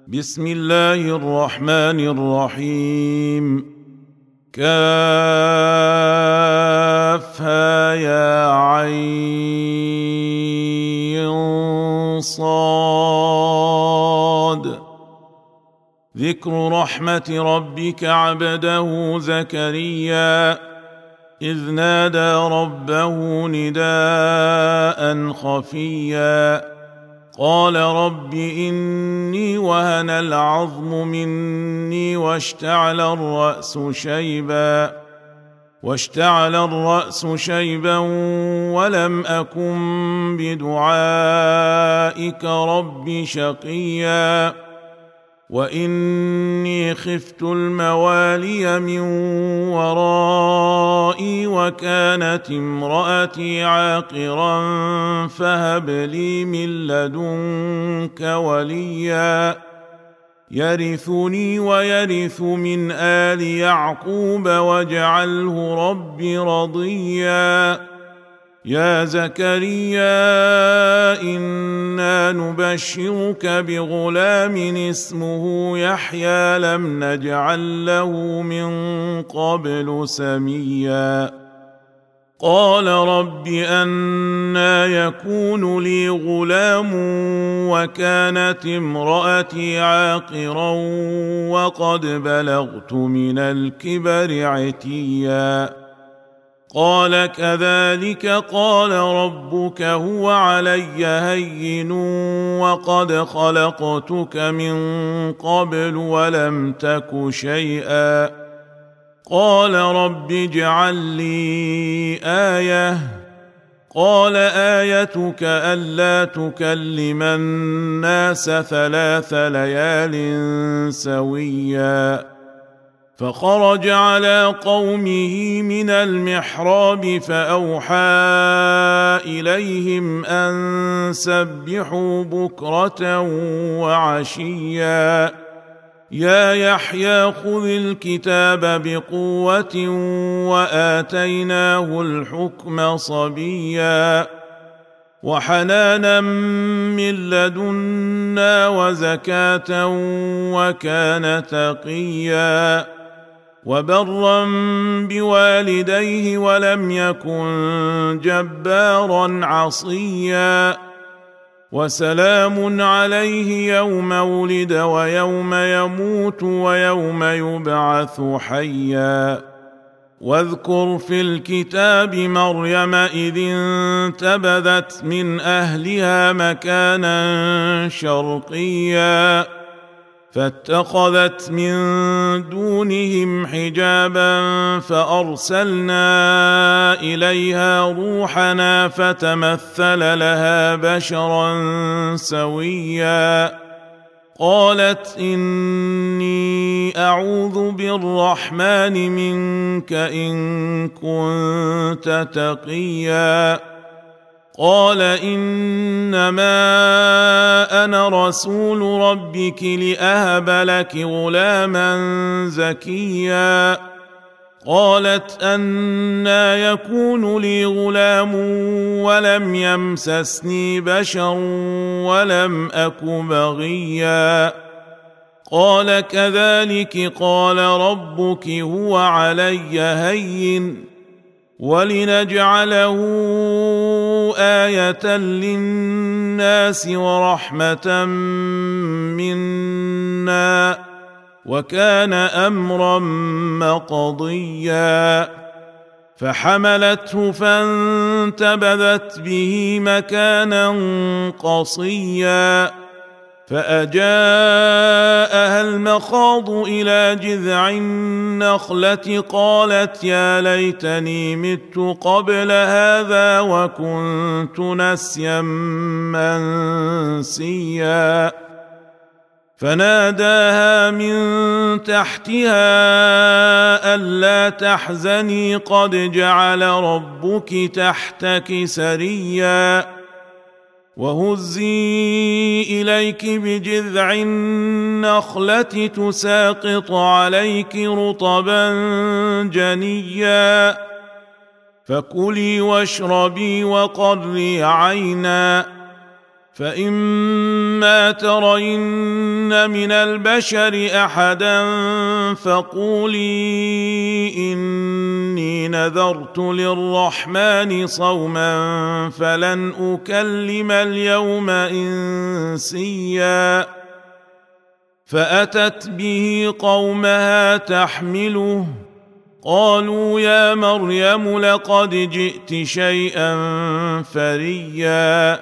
بسم الله الرحمن الرحيم. كافها يا عين صاد. ذكر رحمة ربك عبده زكريا إذ نادى ربه نداء خفيا قال رب إني وهن العظم مني واشتعل الرأس شيبا ولم أكن بدعائك رب شقيا وإني خفت الموالي من ورائي وكانت امرأتي عاقرا فهب لي من لدنك وليا يرثني ويرث من آل يعقوب واجعله رب رضيا. يا زكريا إنا نبشرك بغلام اسمه يحيى لم نجعل له من قبل سميا. قال رب أنى يكون لي غلام وكانت امرأتي عاقرا وقد بلغت من الكبر عتيا. قال كذلك قال ربك هو علي هين وقد خلقتك من قبل ولم تك شيئا. قال رب اجعل لي آية. قال آيتك ألا تكلم الناس 3 ليال سويا. فخرج على قومه من المحراب فأوحى إليهم أن سبحوا بكرة وعشيا. يا يحيى خذ الكتاب بقوة وآتيناه الحكم صبيا وحنانا من لدنا وزكاة وكان تقيا وبرا بوالديه ولم يكن جبارا عصيا. وسلام عليه يوم ولد ويوم يموت ويوم يبعث حيا. واذكر في الكتاب مريم إذ انتبذت من أهلها مكانا شرقيا فاتخذت من دونهم حجابا فأرسلنا إليها روحنا فتمثل لها بشرا سويا. قالت إني أعوذ بالرحمن منك إن كنت تقيا. قال إنما أنا رسول ربك لأهب لك غلاما زكيا. قالت أنى يكون لي غلام ولم يمسسني بشر ولم أك بغيا. قال كذلك قال ربك هو علي هين ولنجعله آية للناس ورحمة منا وكان أمرا مقضيا. فحملته فانتبذت به مكانا قصيا فأجاءها المخاض إلى جذع النخلة قالت يا ليتني مت قبل هذا وكنت نسيا منسيا. فناداها من تحتها ألا تحزني قد جعل ربك تحتك سريا وهزي إليك بجذع النخلة تساقط عليك رطبا جنيا فكلي واشربي وقري عينا فإما ترين من البشر أحدا فقولي إني نذرت للرحمن صوما فلن أكلم اليوم إنسيا فأتت به قومها تحمله قالوا يا مريم لقد جئت شيئا فريا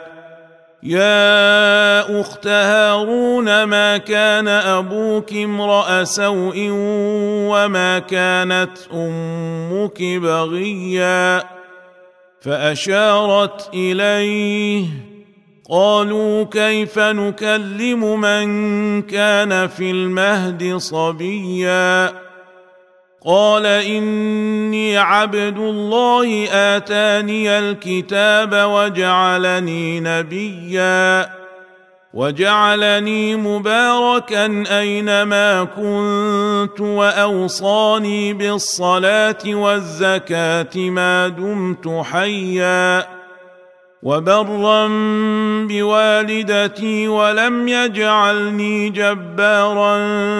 يا أخت هارون ما كان أبوك امرأ سوء وما كانت أمك بغيا فأشارت إليه قالوا كيف نكلم من كان في المهد صبيا قال إني عبد الله آتاني الكتاب وجعلني نبيا وجعلني مباركا أينما كنت وأوصاني بالصلاة والزكاة ما دمت حيا وبرا بوالدتي ولم يجعلني جبارا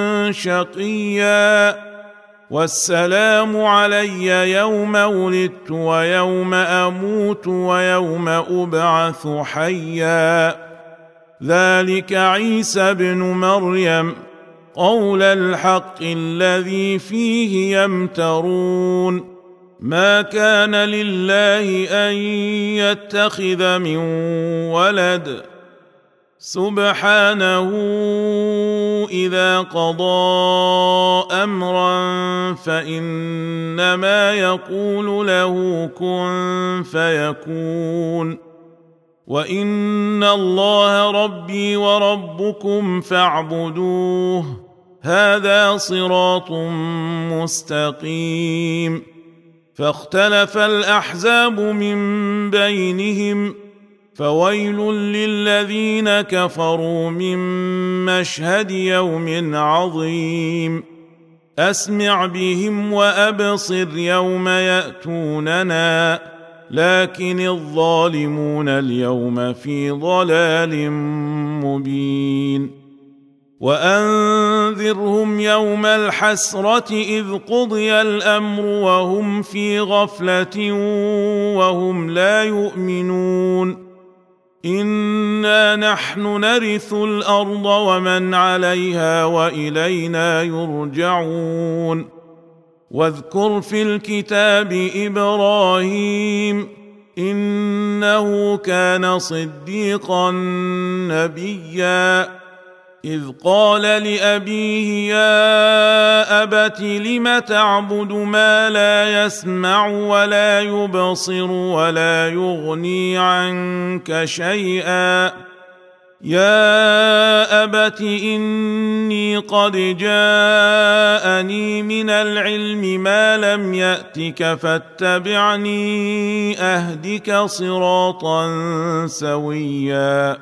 شقيا والسلام علي يوم ولدت ويوم أموت ويوم أبعث حيا ذلك عيسى بن مريم قول الحق الذي فيه يمترون ما كان لله أن يتخذ من ولد سبحانه إذا قضى أمرا فإنما يقول له كن فيكون وإن الله ربي وربكم فاعبدوه هذا صراط مستقيم فاختلف الأحزاب من بينهم فويل للذين كفروا من مشهد يوم عظيم أسمع بهم وأبصر يوم يأتوننا لكن الظالمون اليوم في ضلال مبين وأنذرهم يوم الحسرة إذ قضي الأمر وهم في غفلة وهم لا يؤمنون إنا نحن نرث الأرض ومن عليها وإلينا يرجعون واذكر في الكتاب إبراهيم إنه كان صديقا نبيا إذ قال لأبيه يا أبت لم تعبد ما لا يسمع ولا يبصر ولا يغني عنك شيئا يا أبت إني قد جاءني من العلم ما لم يأتك فاتبعني أهدك صراطا سويا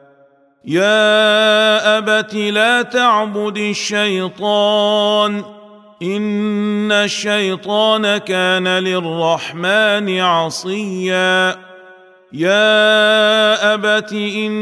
يا أبت لا تعبد الشيطان إن الشيطان كان للرحمن عصيا يا أبت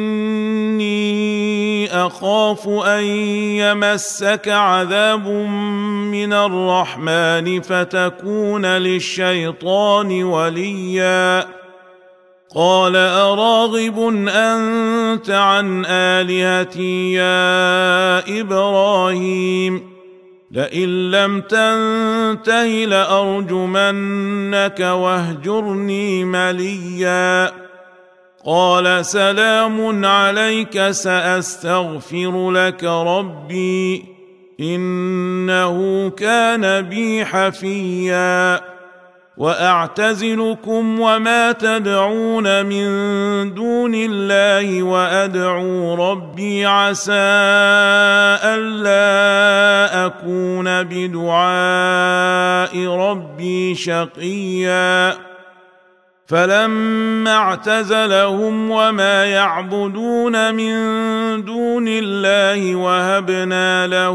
إني أخاف أن يمسك عذاب من الرحمن فتكون للشيطان وليا قال أراغب أنت عن آلهتي يا إبراهيم لئن لم تنته لأرجمنك واهجرني مليا قال سلام عليك سأستغفر لك ربي إنه كان بي حفيا وأعتزلكم وما تدعون من دون الله وأدعو ربي عسى ألا أكون بدعاء ربي شقيا فلما اعتزلهم وما يعبدون من دون الله وهبنا له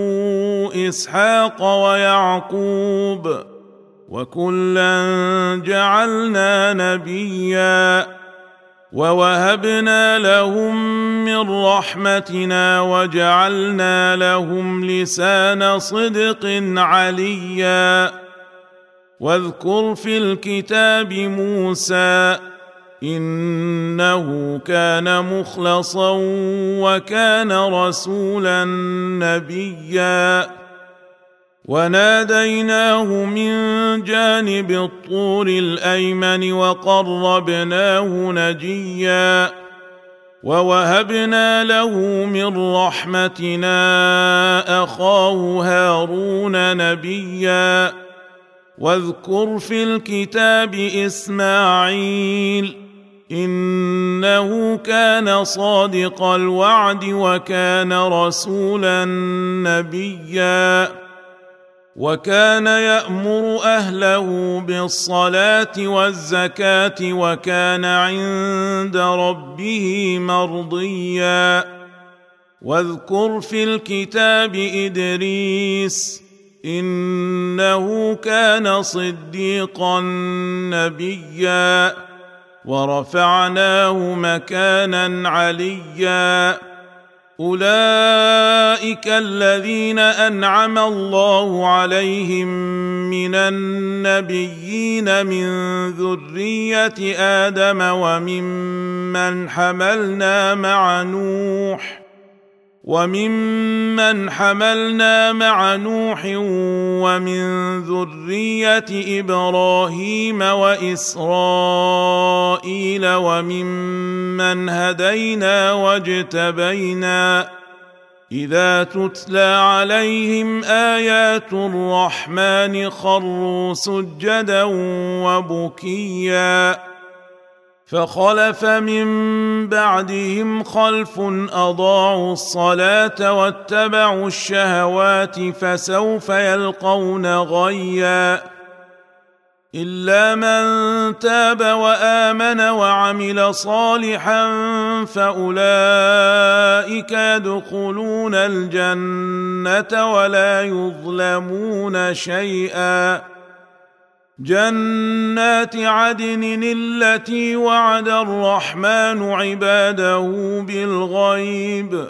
إسحاق ويعقوب وكلا جعلنا نبيا ووهبنا لهم من رحمتنا وجعلنا لهم لسان صدق عليا. واذكر في الكتاب موسى إنه كان مخلصا وكان رسولا نبيا. وناديناه من جانب الطور الأيمن وقربناه نجيا. ووهبنا له من رحمتنا أخاه هارون نبيا. واذكر في الكتاب إسماعيل إنه كان صادق الوعد وكان رسولا نبيا. وكان يأمر أهله بالصلاة والزكاة وكان عند ربه مرضيا. واذكر في الكتاب إدريس إنه كان صديقا نبيا. ورفعناه مكانا عليا. أولئك الذين أنعم الله عليهم من النبيين من ذرية آدم وممن حملنا مع نوح ومن ذرية إبراهيم وإسرائيل وممن هدينا واجتبينا. إذا تتلى عليهم آيات الرحمن خروا سجدا وبكيا. فخلف من بعدهم خلف أضاعوا الصلاة واتبعوا الشهوات فسوف يلقون غيا. إلا من تاب وآمن وعمل صالحا فأولئك يدخلون الجنة ولا يظلمون شيئا. جنات عدن التي وعد الرحمن عباده بالغيب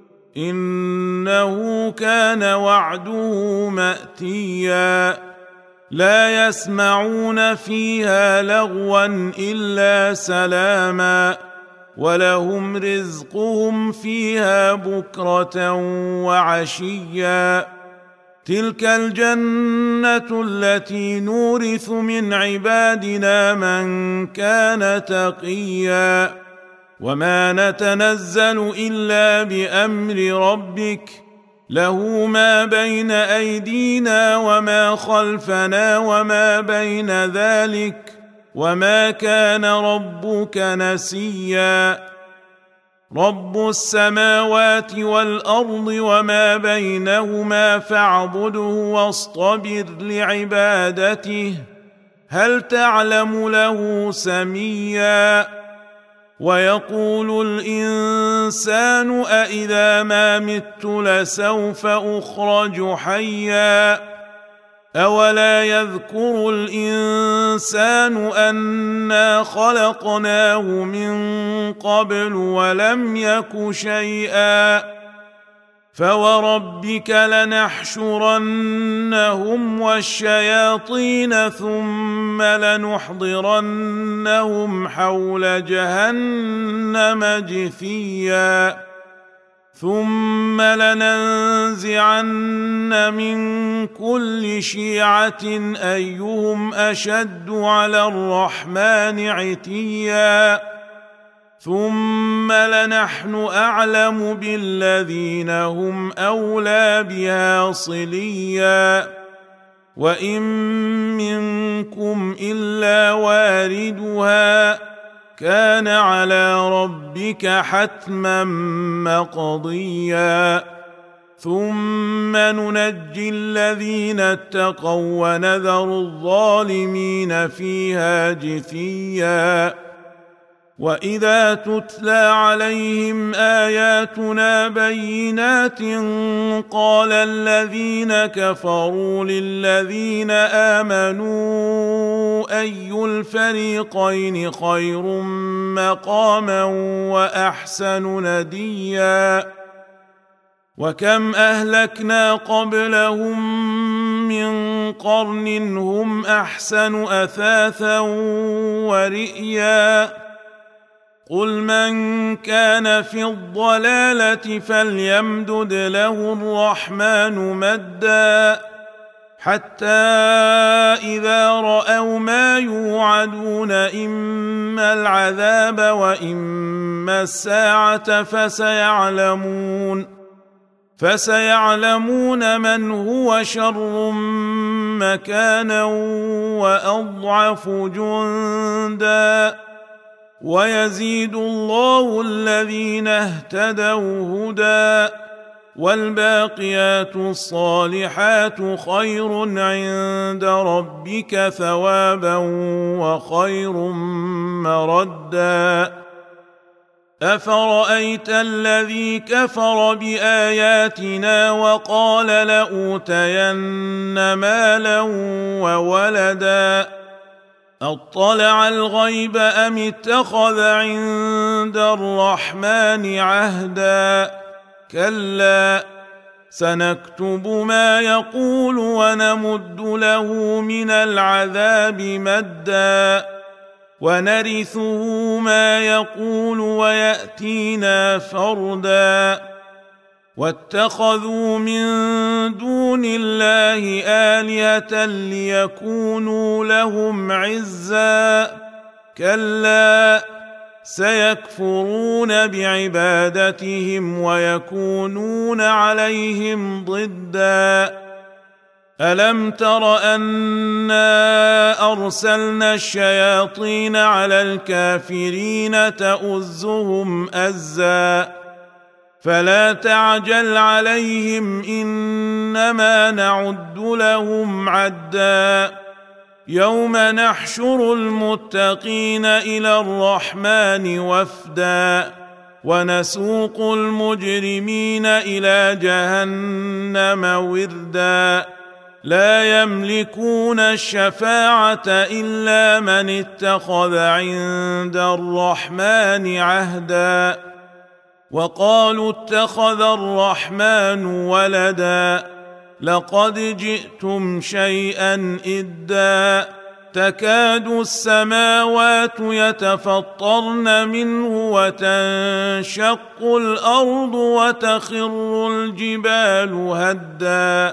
إنه كان وعده مأتيا. لا يسمعون فيها لغوا إلا سلاما ولهم رزقهم فيها بكرة وعشيا. تلك الجنة التي نورث من عبادنا من كان تقيا. وما نتنزل إلا بأمر ربك له ما بين أيدينا وما خلفنا وما بين ذلك وما كان ربك نسيا. رب السماوات والأرض وما بينهما فاعبده واصطبر لعبادته هل تعلم له سميا. ويقول الإنسان أإذا ما مت لسوف أخرج حيا. أولا يذكر الإنسان أنا خلقناه من قبل ولم يك شيئا. فوربك لنحشرنهم والشياطين ثم لنحضرنهم حول جهنم جثيا. ثم لننزعن من كل شيعة أيهم أشد على الرحمن عتيا. ثم لنحن أعلم بالذين هم أولى بها صليا. وإن منكم إلا واردها كان على ربك حتما مقضيا. ثم ننجي الذين اتقوا ونذر الظالمين فيها جثيا. واذا تتلى عليهم اياتنا بينات قال الذين كفروا للذين امنوا اي الفريقين خير مقاما واحسن نديا وكم اهلكنا قبلهم من قرن هم احسن اثاثا ورئيا قل من كان في الضلاله فليمدد له الرحمن مدا حتى اذا راوا ما يوعدون اما العذاب واما الساعه فسيعلمون من هو شر مكانا واضعف جندا ويزيد الله الذين اهتدوا هدى والباقيات الصالحات خير عند ربك ثوابا وخير مردا افرايت الذي كفر باياتنا وقال لاوتين مالا وولدا اطلع الغيب ام اتخذ عند الرحمن عهدا كلا سنكتب ما يقول ونمد له من العذاب مدا ونرثه ما يقول وياتينا فردا واتخذوا من دون الله آلهة ليكونوا لهم عزا كلا سيكفرون بعبادتهم ويكونون عليهم ضدا ألم تر أنا أرسلنا الشياطين على الكافرين تؤزهم أزا فلا تعجل عليهم إنما نعد لهم عدا يوم نحشر المتقين إلى الرحمن وفدا ونسوق المجرمين إلى جهنم وردا لا يملكون الشفاعة إلا من اتخذ عند الرحمن عهدا وقالوا اتخذ الرحمن ولدا لقد جئتم شيئا إدا تكاد السماوات يتفطرن منه وتنشق الأرض وتخر الجبال هدا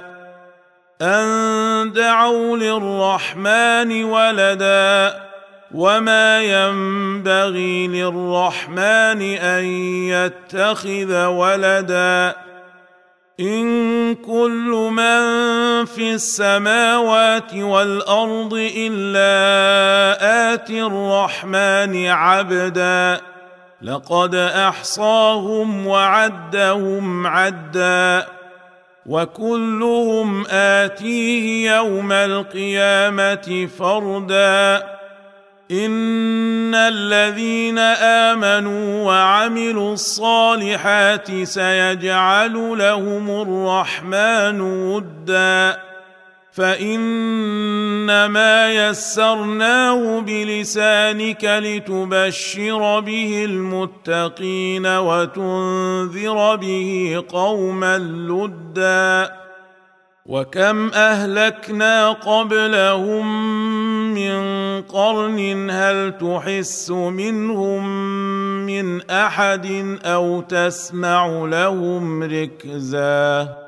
أن دعوا للرحمن ولدا وما ينبغي للرحمن أن يتخذ ولدا إن كل من في السماوات والأرض إلا آتي الرحمن عبدا لقد أحصاهم وعدهم عدا وكلهم آتيه يوم القيامة فردا إن الذين آمنوا وعملوا الصالحات سيجعل لهم الرحمن ودا فإنما يسرناه بلسانك لتبشر به المتقين وتنذر به قوما لدا وكم أهلكنا قبلهم من قرن هل تحس منهم من أحد أو تسمع لهم ركزا